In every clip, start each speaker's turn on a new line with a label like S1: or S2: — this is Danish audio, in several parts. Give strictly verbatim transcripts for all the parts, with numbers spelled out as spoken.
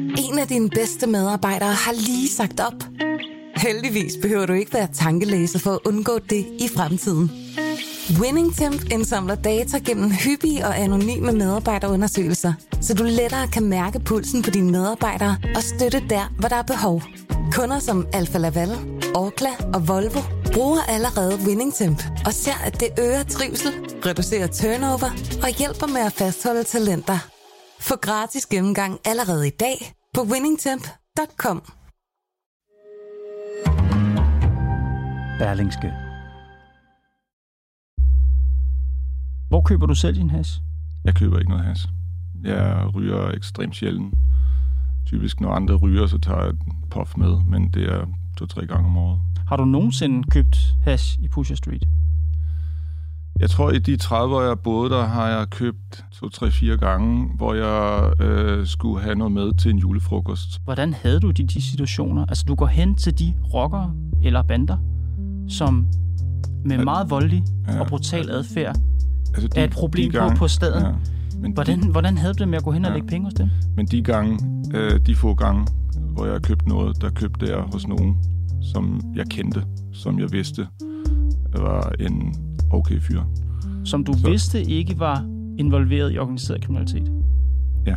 S1: En af dine bedste medarbejdere har lige sagt op. Heldigvis behøver du ikke være tankelæser for at undgå det i fremtiden. WinningTemp indsamler data gennem hyppige og anonyme medarbejderundersøgelser, så du lettere kan mærke pulsen på dine medarbejdere og støtte der, hvor der er behov. Kunder som Alfa Laval, Orkla og Volvo bruger allerede WinningTemp og ser, at det øger trivsel, reducerer turnover og hjælper med at fastholde talenter. Få gratis gennemgang allerede i dag på winningtemp punktum com.
S2: Berlingske. Hvor køber du selv din hash?
S3: Jeg køber ikke noget hash. Jeg ryger ekstremt sjældent. Typisk når andre ryger, så tager jeg et puff med, men det er to-tre gange om året.
S2: Har du nogensinde købt hash i Pusher Street?
S3: Jeg tror, i de tredive år, jeg boede der, har jeg købt to-tre-fire gange, hvor jeg øh, skulle have noget med til en julefrokost.
S2: Hvordan havde du de, de situationer? Altså, du går hen til de rockere eller bander, som med ja, meget voldelig ja, og brutal adfærd altså de, er et problem gange, på, på staden. Ja, men hvordan, de, hvordan havde du det med at gå hen og ja, lægge penge hos dem? Men
S3: de gange, øh, de få gange, hvor jeg købte noget, der købte jeg hos nogen, som jeg kendte, som jeg vidste, var en okay fyr.
S2: Som du Så. vidste ikke var involveret i organiseret kriminalitet?
S3: Ja.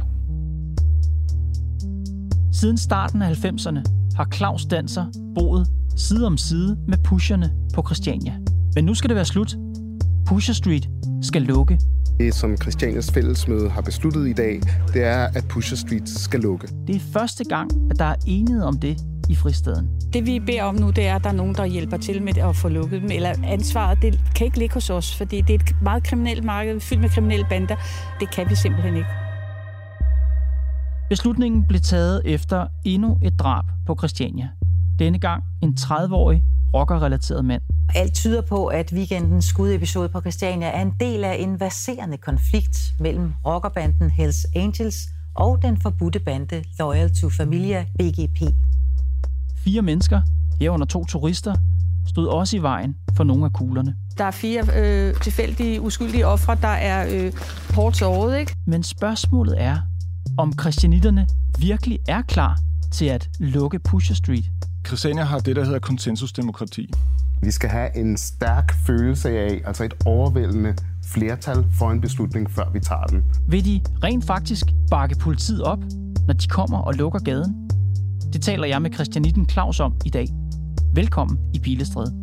S2: Siden starten af halvfemserne har Claus Danser boet side om side med pusherne på Christiania. Men nu skal det være slut. Pusher Street skal lukke.
S4: Det, som Christianias fællesmøde har besluttet i dag, det er, at Pusher Street skal lukke.
S2: Det er første gang, at der er enighed om det i fristaden.
S5: Det vi beder om nu, det er, at der er nogen, der hjælper til med at få lukket dem. Eller ansvaret, det kan ikke ligge hos os, fordi det er et meget kriminelt marked, fyldt med kriminelle bander. Det kan vi simpelthen ikke.
S2: Beslutningen blev taget efter endnu et drab på Christiania. Denne gang en tredive-årig rockerrelateret mand.
S6: Alt tyder på, at weekendens skudepisode på Christiania er en del af en verserende konflikt mellem rockerbanden Hells Angels og den forbudte bande Loyal to Familia B G P.
S2: Fire mennesker, herunder to turister, stod også i vejen for nogle af kuglerne.
S5: Der er fire øh, tilfældige, uskyldige ofre, der er øh, hårdt såret, ikke?
S2: Men spørgsmålet er, om christianitterne virkelig er klar til at lukke Pusher Street.
S3: Christiania har det, der hedder konsensusdemokrati.
S4: Vi skal have en stærk følelse af, altså et overvældende flertal for en beslutning, før vi tager den.
S2: Vil de rent faktisk bakke politiet op, når de kommer og lukker gaden? Det taler jeg med christianitten Claus om i dag. Velkommen i Pilestræde.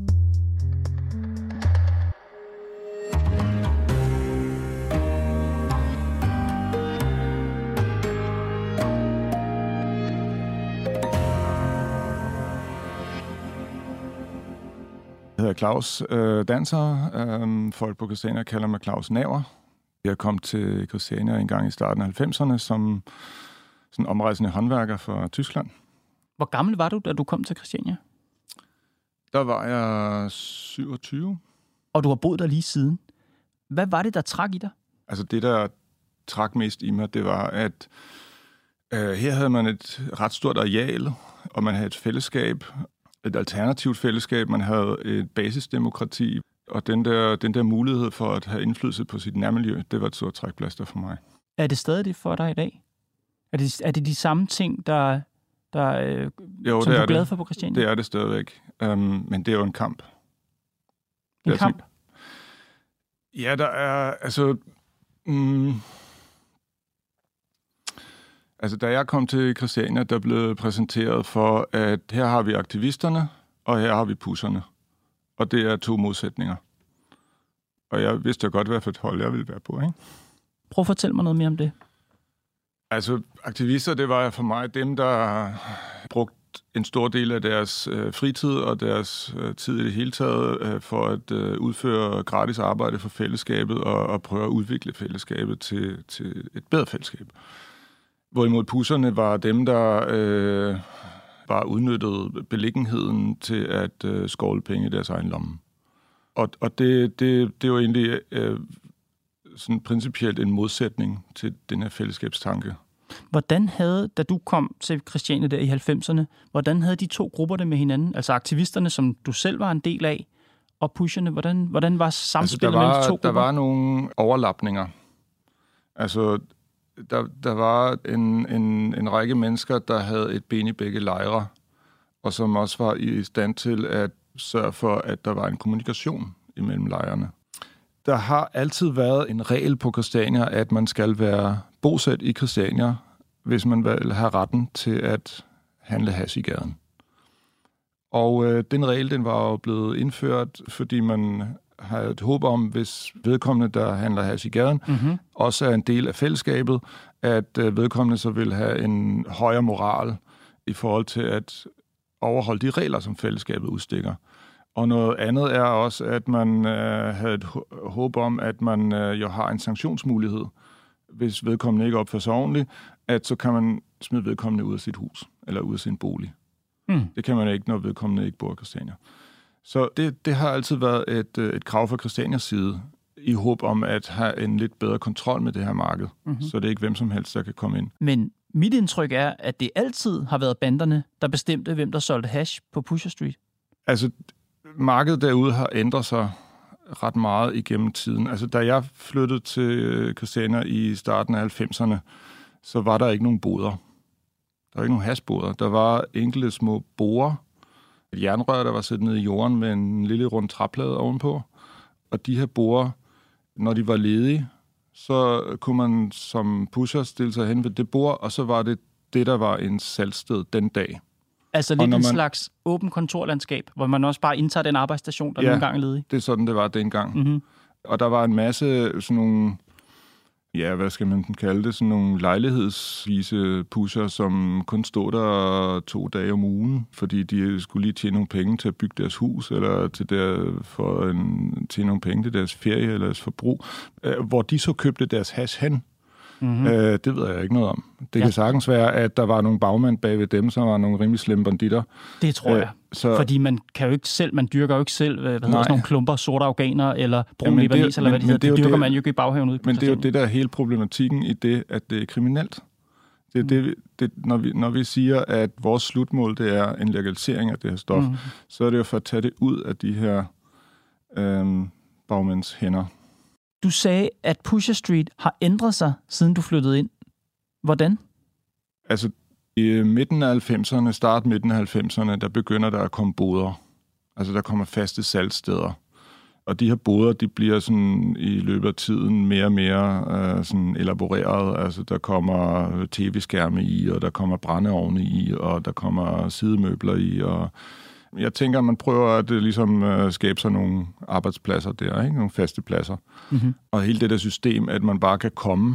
S3: Jeg hedder Claus øh, Danser. Øh, folk på Christiania kalder mig Claus Naver. Jeg kom til Christiania en gang i starten af halvfemserne som sådan omrejsende håndværker fra Tyskland.
S2: Hvor gammel var du, da du kom til Christiania?
S3: Der var jeg syvogtyve.
S2: Og du har boet der lige siden. Hvad var det, der trak i dig?
S3: Altså det, der trak mest i mig, det var, at øh, her havde man et ret stort areal, og man havde et fællesskab, et alternativt fællesskab, man havde et basisdemokrati, og den der, den der mulighed for at have indflydelse på sit nærmiljø, det var et stort trækplaster for mig.
S2: Er det stadig det for dig i dag? Er det, er det de samme ting, der, der øh,
S3: jo,
S2: som
S3: det
S2: du er glad
S3: det.
S2: for på Christiania?
S3: Det er det stadigvæk, um, men det er jo en kamp.
S2: En kamp?
S3: Ting. Ja, der er, altså... Mm, altså, da jeg kom til Christiania, der blev præsenteret for, at her har vi aktivisterne, og her har vi pusherne. Og det er to modsætninger. Og jeg vidste godt, hvad for et hold jeg ville være på, ikke?
S2: Prøv at fortælle mig noget mere om det.
S3: Altså, aktivister, det var for mig dem, der brugte en stor del af deres øh, fritid og deres øh, tid i det hele taget øh, for at øh, udføre gratis arbejde for fællesskabet og, og prøve at udvikle fællesskabet til, til et bedre fællesskab. Hvorimod pusherne var dem, der øh, bare udnyttede beliggenheden til at øh, skovle penge i deres egen lomme. Og, og det, det, det var egentlig øh, sådan principielt en modsætning til den her fællesskabstanke.
S2: Hvordan havde, da du kom til Christiania der i halvfemserne, hvordan havde de to grupper det med hinanden? Altså aktivisterne, som du selv var en del af, og pusherne, hvordan, hvordan var samspillet altså,
S3: var,
S2: mellem de to grupper?
S3: Der var nogle overlapninger. Altså, der, der var en, en, en række mennesker, der havde et ben i begge lejre, og som også var i stand til at sørge for, at der var en kommunikation imellem lejrene. Der har altid været en regel på Christiania, at man skal være bosat i Christiania, hvis man vil have retten til at handle hash i gaden. Og øh, den regel, den var jo blevet indført, fordi man har et håb om, hvis vedkommende, der handler hash i gaden, mm-hmm. også er en del af fællesskabet, at øh, vedkommende så vil have en højere moral i forhold til at overholde de regler, som fællesskabet udstikker. Og noget andet er også, at man øh, havde et håb om, at man øh, jo har en sanktionsmulighed, hvis vedkommende ikke opfører sig ordentligt, at så kan man smide vedkommende ud af sit hus, eller ud af sin bolig. Mm. Det kan man ikke, når vedkommende ikke bor i Christiania. Så det, det har altid været et, et krav fra Christianias side, i håb om at have en lidt bedre kontrol med det her marked, mm-hmm. så det er ikke hvem som helst, der kan komme ind.
S2: Men mit indtryk er, at det altid har været banderne, der bestemte, hvem der solgte hash på Pusher Street.
S3: Altså, markedet derude har ændret sig ret meget igennem tiden. Altså, da jeg flyttede til Christiania i starten af halvfemserne, så var der ikke nogen boder. Der var ikke nogen hashboder. Der var enkelte små borer, et jernrør, der var sættet ned i jorden med en lille rund træplade ovenpå. Og de her borer, når de var ledige, så kunne man som pusher stille sig hen ved det bord, og så var det det, der var en salgsted den dag.
S2: Altså lidt en man... slags åben kontorlandskab, hvor man også bare indtager den arbejdsstation, der ja, nogle gange er ledig.
S3: Det er sådan, det var dengang.
S2: Mm-hmm.
S3: Og der var en masse sådan nogle, ja, hvad skal man kalde det, sådan nogle lejlighedsvise pusher, som kun stod der to dage om ugen, fordi de skulle lige tjene nogle penge til at bygge deres hus, eller til der, for en, tjene nogle penge til deres ferie eller deres forbrug, hvor de så købte deres hash hen. Mm-hmm. Øh, det ved jeg ikke noget om. Det ja. kan sagtens være, at der var nogle bagmænd bag ved dem, som var nogle rimelig slemme banditter.
S2: Det tror jeg. Øh, så... Fordi man kan jo ikke selv, man dyrker jo ikke selv, hvad hedder sådan nogle klumper, sorte afghaner, eller brun ja, libanis, eller hvad det hedder. Det, det dyrker det, man jo ikke i baghaven ude på.
S3: Men det er jo det, der er hele problematikken i det, at det er kriminelt. Det er mm. det, det når, vi, når vi siger, at vores slutmål, det er en legalisering af det her stof, mm. så er det jo for at tage det ud af de her øh, bagmænds hænder.
S2: Du sagde, at Pusher Street har ændret sig, siden du flyttede ind. Hvordan?
S3: Altså, i midten af halvfemserne, start midten af halvfemserne, der begynder der at komme boder. Altså, der kommer faste salgssteder. Og de her boder, de bliver sådan i løbet af tiden mere og mere øh, sådan elaboreret. Altså, der kommer tv-skærme i, og der kommer brændeovne i, og der kommer sidemøbler i, og jeg tænker, at man prøver at ligesom uh, skabe sig nogle arbejdspladser der, ikke? Nogle faste pladser. Mm-hmm. Og hele det der system, at man bare kan komme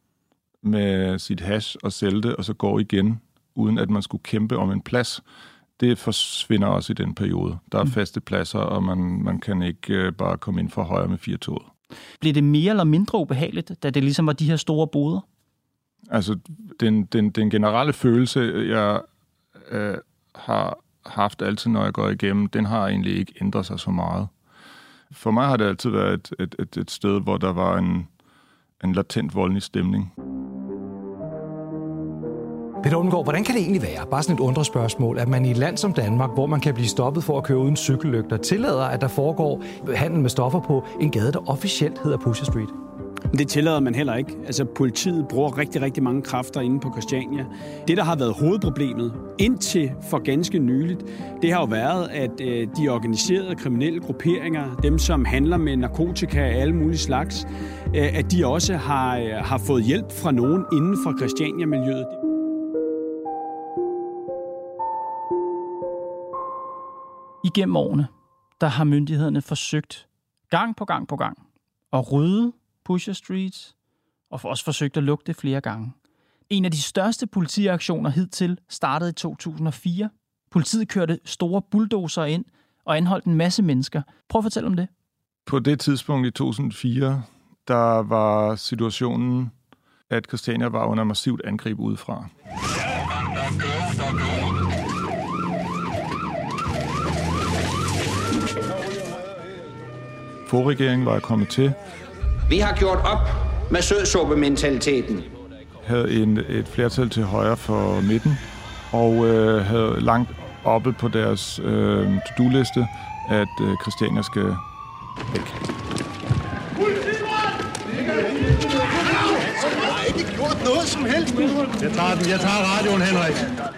S3: med sit hash og sælge det, og så gå igen, uden at man skulle kæmpe om en plads, det forsvinder også i den periode. Der er mm. faste pladser, og man, man kan ikke uh, bare komme ind for højre med fire toget.
S2: Blev det mere eller mindre ubehageligt, da det ligesom var de her store boder?
S3: Altså, den, den, den generelle følelse, jeg uh, har haft altid, når jeg går igennem, den har egentlig ikke ændret sig så meget. For mig har det altid været et, et, et, et sted, hvor der var en, en latent voldelig stemning.
S7: Peter Undgaard, hvordan kan det egentlig være, bare sådan et undrespørgsmål, at man i et land som Danmark, hvor man kan blive stoppet for at køre uden cykellygter, tillader, at der foregår handel med stoffer på en gade, der officielt hedder Pusher Street?
S8: Det tillader man heller ikke. Altså, politiet bruger rigtig, rigtig mange kræfter inde på Christiania. Det, der har været hovedproblemet indtil for ganske nyligt, det har jo været, at øh, de organiserede kriminelle grupperinger, dem som handler med narkotika af alle mulige slags, øh, at de også har, øh, har fået hjælp fra nogen inden for Christiania-miljøet.
S2: Igennem årene, der har myndighederne forsøgt gang på gang på gang at rydde Pusher Street, og også forsøgt at lukke det flere gange. En af de største politiaktioner hidtil startede i to tusind og fire. Politiet kørte store bulldozer ind og anholdt en masse mennesker. Prøv at fortælle om det.
S3: På det tidspunkt i to tusind og fire, der var situationen, at Christiania var under massivt angreb udefra. Forregeringen var kommet til.
S9: Vi har gjort op med sødsuppe-mentaliteten.
S3: Havde en, et flertal til højre for midten, og øh, havde langt oppe på deres øh, to-do-liste, at øh, Christiania skal væk.
S10: gjort noget som helst.
S11: Jeg tager den. Jeg tager radioen, Henrik.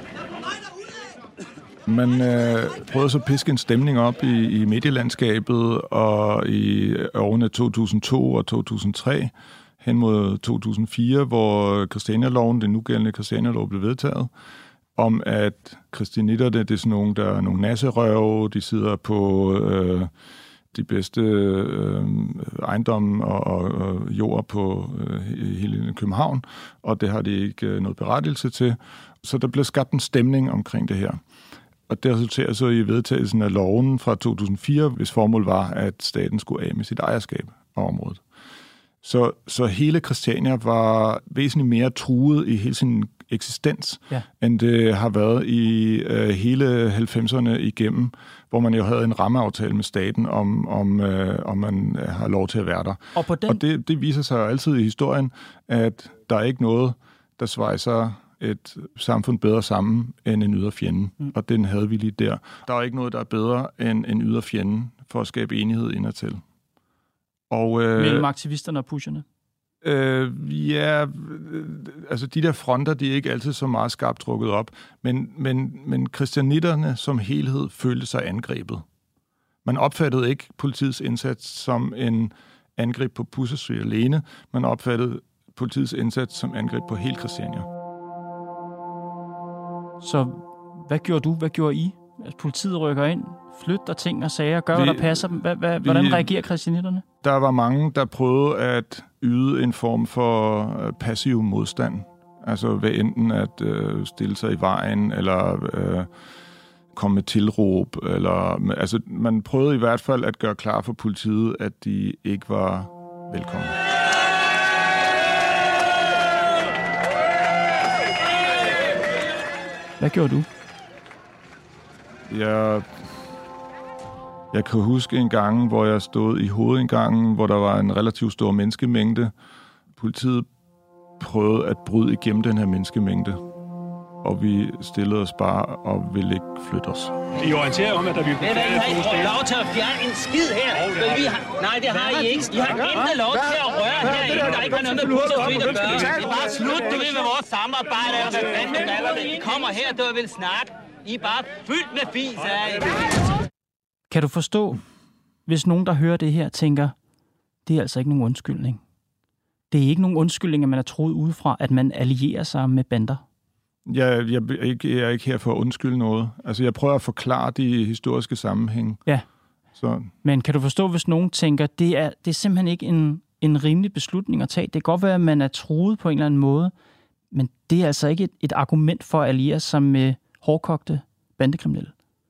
S3: Man øh, prøvede så at piske en stemning op i, i medielandskabet, og i årene to tusind og to og to tusind og tre, hen mod to tusind og fire, hvor Christiania-loven, den nugældende Christiania-lov, blev vedtaget, om at christianitterne, det er sådan nogle, der er nogle nasserøve, de sidder på øh, de bedste øh, ejendomme og, og, og jord på øh, hele København, og det har de ikke øh, noget berettigelse til. Så der blev skabt en stemning omkring det her. Og det resulterer så i vedtagelsen af loven fra to tusind og fire, hvis formål var, at staten skulle af med sit ejerskab af området. Så, så hele Christiania var væsentligt mere truet i hele sin eksistens, ja. end det har været i øh, hele halvfemserne igennem, hvor man jo havde en rammeaftale med staten, om, om, øh, om man har lov til at være der.
S2: Og, på den...
S3: og det, det viser sig altid i historien, at der er ikke noget, der svejser et samfund bedre sammen end en ydre fjende. Mm. Og den havde vi lige der. Der er ikke noget, der er bedre end en ydre fjende for at skabe enighed indadtil. Og, øh,
S2: mellem aktivisterne og pusherne?
S3: Øh, ja, øh, altså de der fronter, de er ikke altid så meget skarpt trukket op, men, men, men christianitterne som helhed følte sig angrebet. Man opfattede ikke politiets indsats som en angreb på Pusher Street alene, man opfattede politiets indsats som angreb på hele Christiania.
S2: Så hvad gjorde du? Hvad gjorde I? Altså, politiet rykker ind, flytter ting og sager, gør, vi, hvad der passer. Hvad, hvad, vi, hvordan reagerer christianitterne?
S3: Der var mange, der prøvede at yde en form for passiv modstand. Altså ved enten at øh, stille sig i vejen, eller øh, komme med tilråb. Eller, altså, man prøvede i hvert fald at gøre klar for politiet, at de ikke var velkomne.
S2: Hvad gjorde du?
S3: Jeg, jeg kan huske en gang, hvor jeg stod i hovedindgangen, hvor der var en relativt stor menneskemængde. Politiet prøvede at bryde igennem den her menneskemængde, og vi stillede os bare og ville ikke flytte os.
S11: I orienterer om, at der vil blive
S12: fjerne to steder. I har lov til at fjerne en skid her. Vi har, nej, det har I ikke. I har ikke lov til at røre herinde, der ikke har noget med Pusher Street at gøre. Det er bare slut, du ved, med vores samarbejde. Hvad fanden kalder det? I kommer her, du vil snakke. I er bare fyldt med fis af.
S2: Kan du forstå, hvis nogen, der hører det her, tænker, det er altså ikke nogen undskyldning. Det er ikke nogen undskyldning, at man er troet udefra, at man allierer sig med bander.
S3: Jeg, jeg, jeg, jeg er ikke her for at undskylde noget. Altså, jeg prøver at forklare de historiske sammenhæng.
S2: Ja.
S3: Så.
S2: Men kan du forstå, hvis nogen tænker, det er, det er simpelthen ikke en, en rimelig beslutning at tage. Det kan godt være, at man er troet på en eller anden måde, men det er altså ikke et, et argument for at alliere sig med hårdkogte bandekriminelle.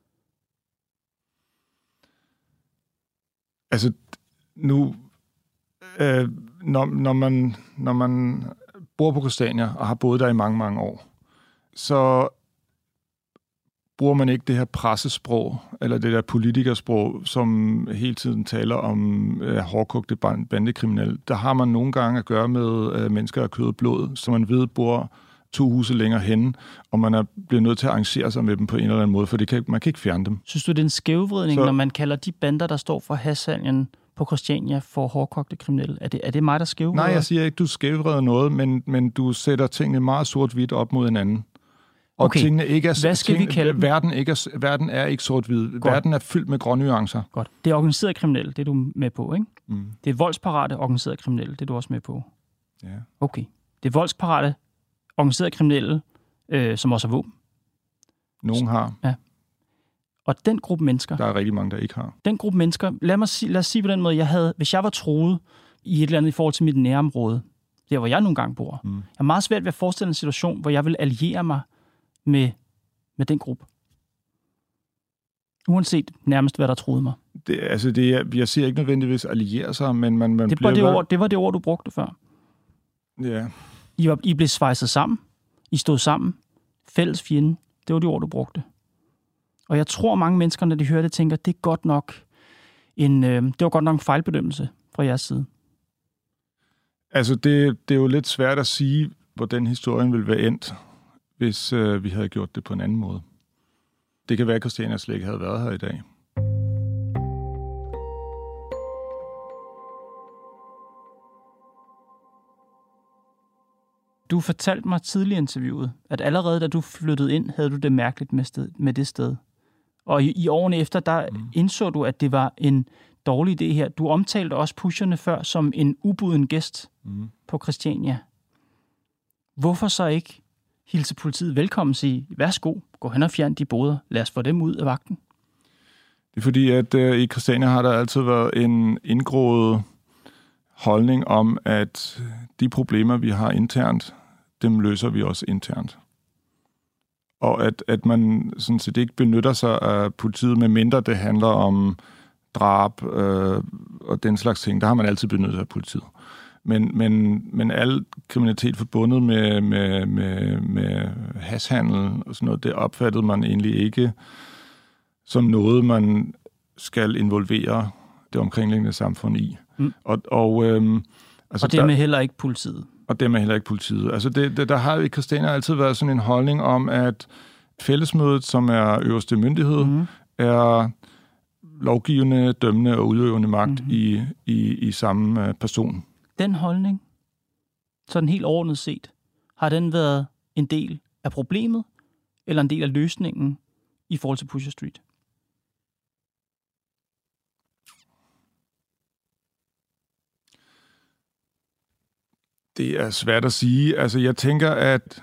S3: Altså, nu, øh, når, når, man, når man bor på Christiania og har boet der i mange, mange år, så bruger man ikke det her pressesprog, eller det der politikersprog, som hele tiden taler om øh, hårdkogte bandekriminelle. Der har man nogle gange at gøre med øh, mennesker af kød og blod, som man ved bor to huse længere henne, og man er, bliver nødt til at arrangere sig med dem på en eller anden måde, for det kan, man kan ikke fjerne dem.
S2: Synes du, det er en skævvridning, så, når man kalder de bander, der står for hashsalgen på Christiania, for hårdkogte kriminelle? Er det, er det mig, der skævvrider?
S3: Nej, jeg siger ikke, du skævvrider noget, men, men du sætter tingene meget sort-hvidt op mod hinanden. Og
S2: okay.
S3: tingene ikke er,
S2: hvad skal
S3: tingene,
S2: vi kalde dem?
S3: Verden, ikke er, verden er ikke sort-hvid. Godt. Verden er fyldt med grønne nuancer.
S2: Godt. Det er organiseret kriminelle, det er du med på, ikke?
S3: Mm.
S2: Det er voldsparate organiseret kriminelle, det er du også med på.
S3: Ja.
S2: Okay. Det er voldsparate organiseret kriminelle, øh, som også har våben.
S3: Nogen har.
S2: Ja. Og den gruppe mennesker...
S3: Der er rigtig mange, der ikke har.
S2: Den gruppe mennesker... Lad, mig sige, lad os sige på den måde, jeg havde... Hvis jeg var troet i et eller andet i forhold til mit nærområde, der hvor jeg nogle gange bor, mm. jeg er meget svært ved at forestille en situation, hvor jeg vil alliere mig med, med den gruppe. Uanset nærmest, hvad der troede mig.
S3: Det, altså, det er, jeg siger ikke nødvendigvis alliere sig, men man, man
S2: det,
S3: bliver...
S2: Det, ord, det var det ord, du brugte før.
S3: Ja.
S2: I, var, I blev svejset sammen. I stod sammen. Fælles fjende. Det var de ord, du brugte. Og jeg tror, mange mennesker, når de hører det, tænker, det er godt nok en, øh, det var godt nok en fejlbedømmelse fra jeres side.
S3: Altså, det, det er jo lidt svært at sige, hvordan historien ville være endt, hvis øh, vi havde gjort det på en anden måde. Det kan være, at Christiania slet ikke havde været her i dag.
S2: Du fortalte mig tidligere i interviewet, at allerede da du flyttede ind, havde du det mærkeligt med, sted, med det sted. Og i, i årene efter, der mm. indså du, at det var en dårlig idé her. Du omtalte også pusherne før som en ubuden gæst mm. på Christiania. Hvorfor så ikke hilse politiet velkommen og sige, værsgo, gå hen og fjern de boder, lad os få dem ud af vagten?
S3: Det er fordi, at øh, i Christiania har der altid været en indgroet holdning om, at de problemer, vi har internt, dem løser vi også internt. Og at, at man sådan set ikke benytter sig af politiet, medmindre det handler om drab øh, og den slags ting. Der har man altid benyttet af politiet. Men, men, men al kriminalitet forbundet med, med, med, med hashhandel og sådan noget, det opfattede man egentlig ikke som noget, man skal involvere det omkringliggende samfund i. Mm. Og, og, øhm, altså
S2: og det er med heller ikke politiet.
S3: Og det er med heller ikke politiet. Altså det, det, der har i Christiania altid været sådan en holdning om, at fællesmødet, som er øverste myndighed, mm. er lovgivende, dømmende og udøvende magt mm. i, i, i samme person. Den
S2: holdning, sådan helt overordnet set, har den været en del af problemet, eller en del af løsningen i forhold til Pusher Street?
S3: Det er svært at sige. Altså, jeg tænker, at...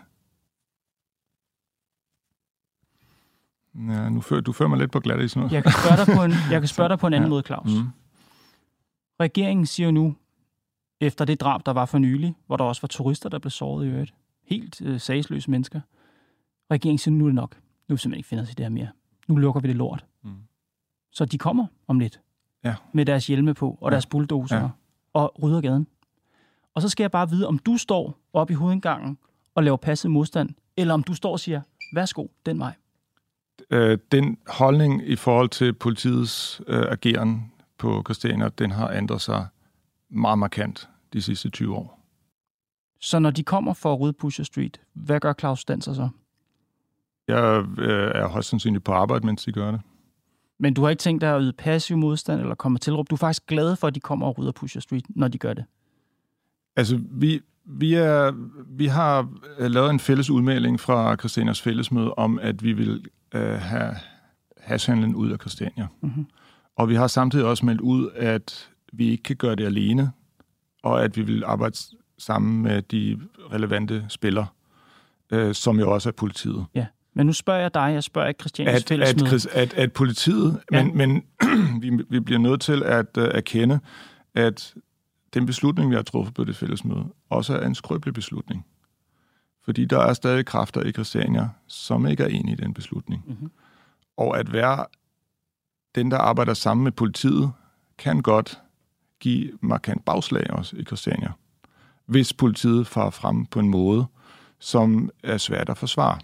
S3: Ja, nu fører, du fører mig lidt på glatte i sådan noget.
S2: Jeg kan spørge dig på en, jeg kan spørge dig på en anden ja. måde, Claus. Mm. Regeringen siger nu, efter det drab, der var for nylig, hvor der også var turister, der blev såret i øvrigt, helt øh, sagsløse mennesker, regeringen siger, nu er det nok. Nu vil simpelthen ikke finde os i det her mere. Nu lukker vi det lort. Mm. Så de kommer om lidt. Ja. Med deres hjelme på, og ja. deres bulldozer, ja. og rydder gaden. Og så skal jeg bare vide, om du står oppe i hovedindgangen og laver passiv modstand, eller om du står og siger, værsgo, den vej.
S3: Øh, den holdning i forhold til politiets øh, ageren på Christiania, den har ændret sig meget markant de sidste tyve år.
S2: Så når de kommer for at rydde Pusher Street, hvad gør Claus Stantzer så?
S3: Jeg øh, er højst sandsynligt på arbejde, mens de gør det.
S2: Men du har ikke tænkt dig at yde passiv modstand eller komme til råb? Du er faktisk glad for, at de kommer og rydder Pusher Street, når de gør det?
S3: Altså, vi, vi, er, vi har lavet en fælles udmelding fra Christianias fællesmøde om, at vi vil øh, have hashhandlen ud af Christiania. Mm-hmm. Og vi har samtidig også meldt ud, at vi ikke kan gøre det alene, og at vi vil arbejde sammen med de relevante spillere, øh, som jo også er politiet.
S2: Ja, men nu spørger jeg dig, jeg spørger ikke Christianias at, fællesmøde.
S3: At, at, at politiet, ja. men, men vi, vi bliver nødt til at uh, erkende, at den beslutning, vi har truffet på det fællesmøde, også er en skrøbelig beslutning. Fordi der er stadig kræfter i Christiania, som ikke er enige i den beslutning. Mm-hmm. Og at være den, der arbejder sammen med politiet, kan godt give markant bagslag også i Christiania, hvis politiet farer frem på en måde, som er svært at forsvare.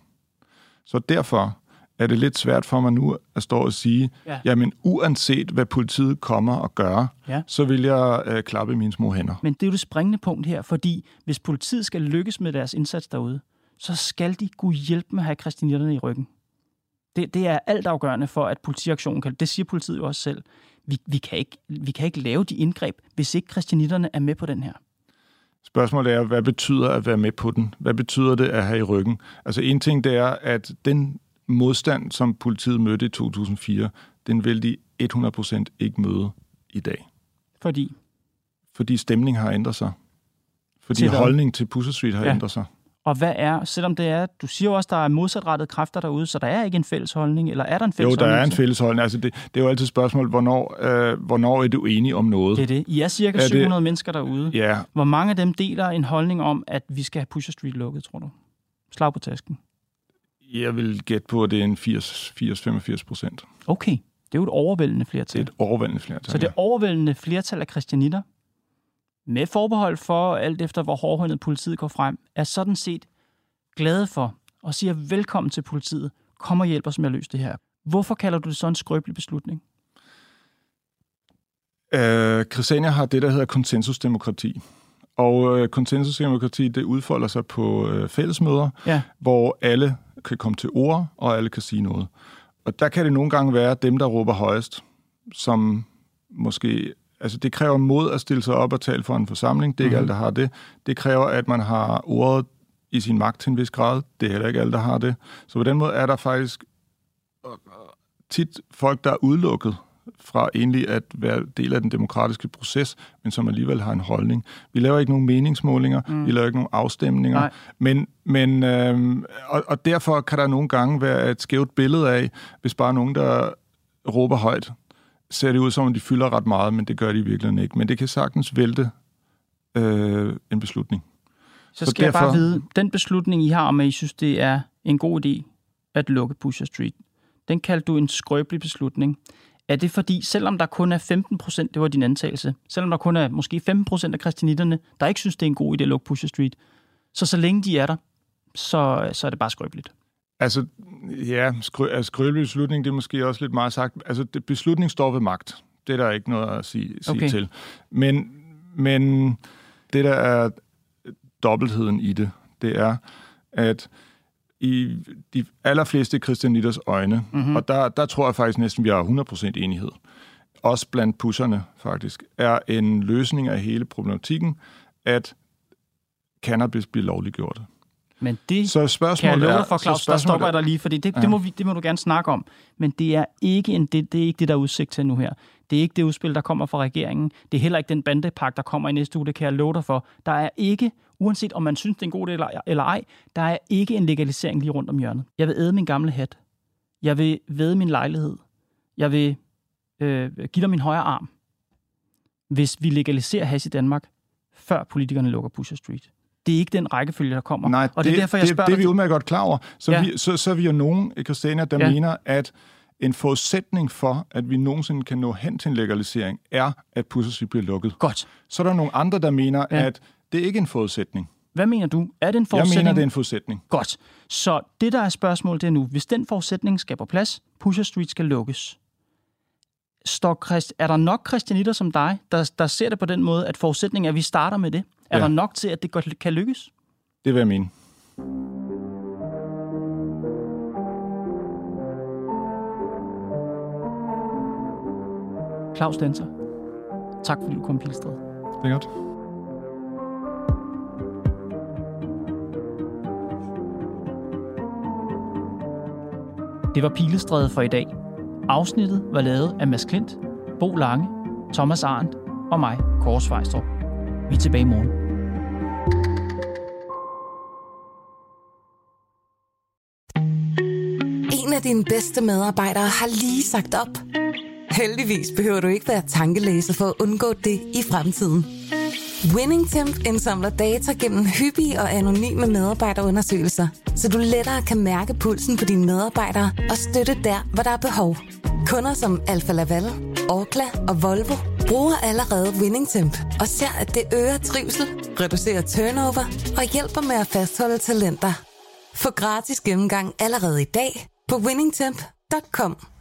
S3: Så derfor er det lidt svært for mig nu at stå og sige, ja. jamen uanset hvad politiet kommer og gør, ja. så vil jeg øh, klappe mine små hænder.
S2: Men det er jo det springende punkt her, fordi hvis politiet skal lykkes med deres indsats derude, så skal de kunne hjælpe med at have christianitterne i ryggen. Det, det er altafgørende for, at politiaktionen kan. Det siger politiet jo også selv. Vi, vi, kan ikke, vi kan ikke lave de indgreb, hvis ikke christianitterne er med på den her.
S3: Spørgsmålet er, hvad betyder at være med på den? Hvad betyder det at have i ryggen? Altså en ting, det er, at den modstand, som politiet mødte i to tusind og fire, den vil de hundrede procent ikke møde i dag.
S2: Fordi?
S3: Fordi stemningen har ændret sig. Fordi til holdningen til Pusher Street har ja. ændret sig.
S2: Og hvad er, selvom det er, du siger også, der er modsatrettede kræfter derude, så der er ikke en fælles holdning, eller er der en fælles holdning?
S3: Jo, der er en fælles holdning. Altså det, det er jo altid et spørgsmål, hvornår, øh, hvornår er du enig om noget?
S2: Det er det. I er cirka er syv hundrede det? mennesker derude.
S3: Ja.
S2: Hvor mange af dem deler en holdning om, at vi skal have Pusher Street lukket, tror du? Slag på tasken.
S3: Jeg vil gætte på, at det er en firs til femogfirs procent.
S2: Okay, det er jo et overvældende flertal.
S3: Det er et overvældende flertal,
S2: Så det overvældende flertal af christianitter, med forbehold for, alt efter hvor hårdhændet politiet går frem, er sådan set glade for og siger velkommen til politiet. Kom og hjælp os med at løse det her. Hvorfor kalder du det så en skrøbelig beslutning?
S3: Øh, Christiania har det, der hedder konsensusdemokrati. Og øh, konsensusdemokrati, det udfolder sig på øh, fællesmøder, ja. hvor alle kan komme til ord, og alle kan sige noget. Og der kan det nogle gange være dem, der råber højest, som måske... Altså, det kræver mod at stille sig op og tale for en forsamling. Det er ikke mm-hmm. alt, der har det. Det kræver, at man har ordet i sin magt til en vis grad. Det er heller ikke alle, der har det. Så på den måde er der faktisk tit folk, der er udelukket fra egentlig at være del af den demokratiske proces, men som alligevel har en holdning. Vi laver ikke nogen meningsmålinger, mm. vi laver ikke nogen afstemninger, Nej. men, men øhm, og, og derfor kan der nogle gange være et skævt billede af, hvis bare nogen, der råber højt, ser det ud som, om de fylder ret meget, men det gør de virkelig ikke. Men det kan sagtens vælte øh, en beslutning.
S2: Så skal Så derfor... jeg bare vide, den beslutning, I har om, at I synes, det er en god idé at lukke Pusher Street, den kaldte du en skrøbelig beslutning. Er det fordi, selvom der kun er femten procent, det var din antagelse, selvom der kun er måske femten procent af kristianitterne, der ikke synes, det er en god idé at lukke Pusher Street, så så længe de er der, så, så er det bare skrøbeligt?
S3: Altså, ja, skrø- skrøbelig beslutning, det er måske også lidt meget sagt. Altså, det, beslutning står ved magt. Det er der ikke noget at sige, sige okay. til. Men, men det, der er dobbeltheden i det, det er, at i de allerfleste kristianitters øjne, mm-hmm. og der, der tror jeg faktisk næsten, vi har hundrede procent enighed, også blandt pusherne faktisk, er en løsning af hele problematikken, at cannabis bliver lovliggjort.
S2: Men det så kan jeg love dig for, Claus, der stopper jeg dig lige, for det, det, ja. det, må vi, det må du gerne snakke om. Men det er ikke en, det, det er ikke det, der er udsigt til nu her. Det er ikke det udspil, der kommer fra regeringen. Det er heller ikke den bandepakke, der kommer i næste uge, det kan jeg love dig for. Der er ikke, uanset om man synes, det er en god idé eller, eller ej, der er ikke en legalisering lige rundt om hjørnet. Jeg vil æde min gamle hat. Jeg vil væde min lejlighed. Jeg vil øh, give dig min højre arm, hvis vi legaliserer hash i Danmark, før politikerne lukker Pusher Street. Det er ikke den rækkefølge, der kommer.
S3: Nej,
S2: og
S3: det,
S2: det er derfor, jeg
S3: det,
S2: spørger
S3: det er vi udmærket godt klar over. Så,
S2: ja.
S3: vi, så, så er vi jo nogen i Christiania, der ja. mener, at en forudsætning for, at vi nogensinde kan nå hen til en legalisering, er, at Pusher Street bliver lukket.
S2: Godt.
S3: Så er der nogle andre, der mener, ja. at det ikke er en forudsætning.
S2: Hvad mener du? Er det en forudsætning?
S3: Jeg mener, det er en forudsætning.
S2: Godt. Så det, der er spørgsmålet, det er nu, hvis den forudsætning skal på plads, Pusher Street skal lukkes, står Christ, er der nok kristianitter som dig, der, der ser det på den måde, at forudsætningen er, at vi starter med det? Er ja. der nok til, at det godt kan lykkes?
S3: Det vil jeg mene.
S2: Claus Danser, tak fordi du kom, Pilestræde.
S3: Det er godt.
S2: Det var Pilestræde for i dag. Afsnittet var lavet af Mads Klint, Bo Lange, Thomas Arendt og mig, Kåre Svejstrup. Vi er tilbage i morgen.
S1: En af dine bedste medarbejdere har lige sagt op. Heldigvis behøver du ikke være tankelæser for at undgå det i fremtiden. WinningTemp indsamler data gennem hyppige og anonyme medarbejderundersøgelser, så du lettere kan mærke pulsen på dine medarbejdere og støtte der, hvor der er behov. Kunder som Alfa Laval, Orkla og Volvo bruger allerede WinningTemp og ser, at det øger trivsel, reducerer turnover og hjælper med at fastholde talenter. Få gratis gennemgang allerede i dag på winningtemp punktum com.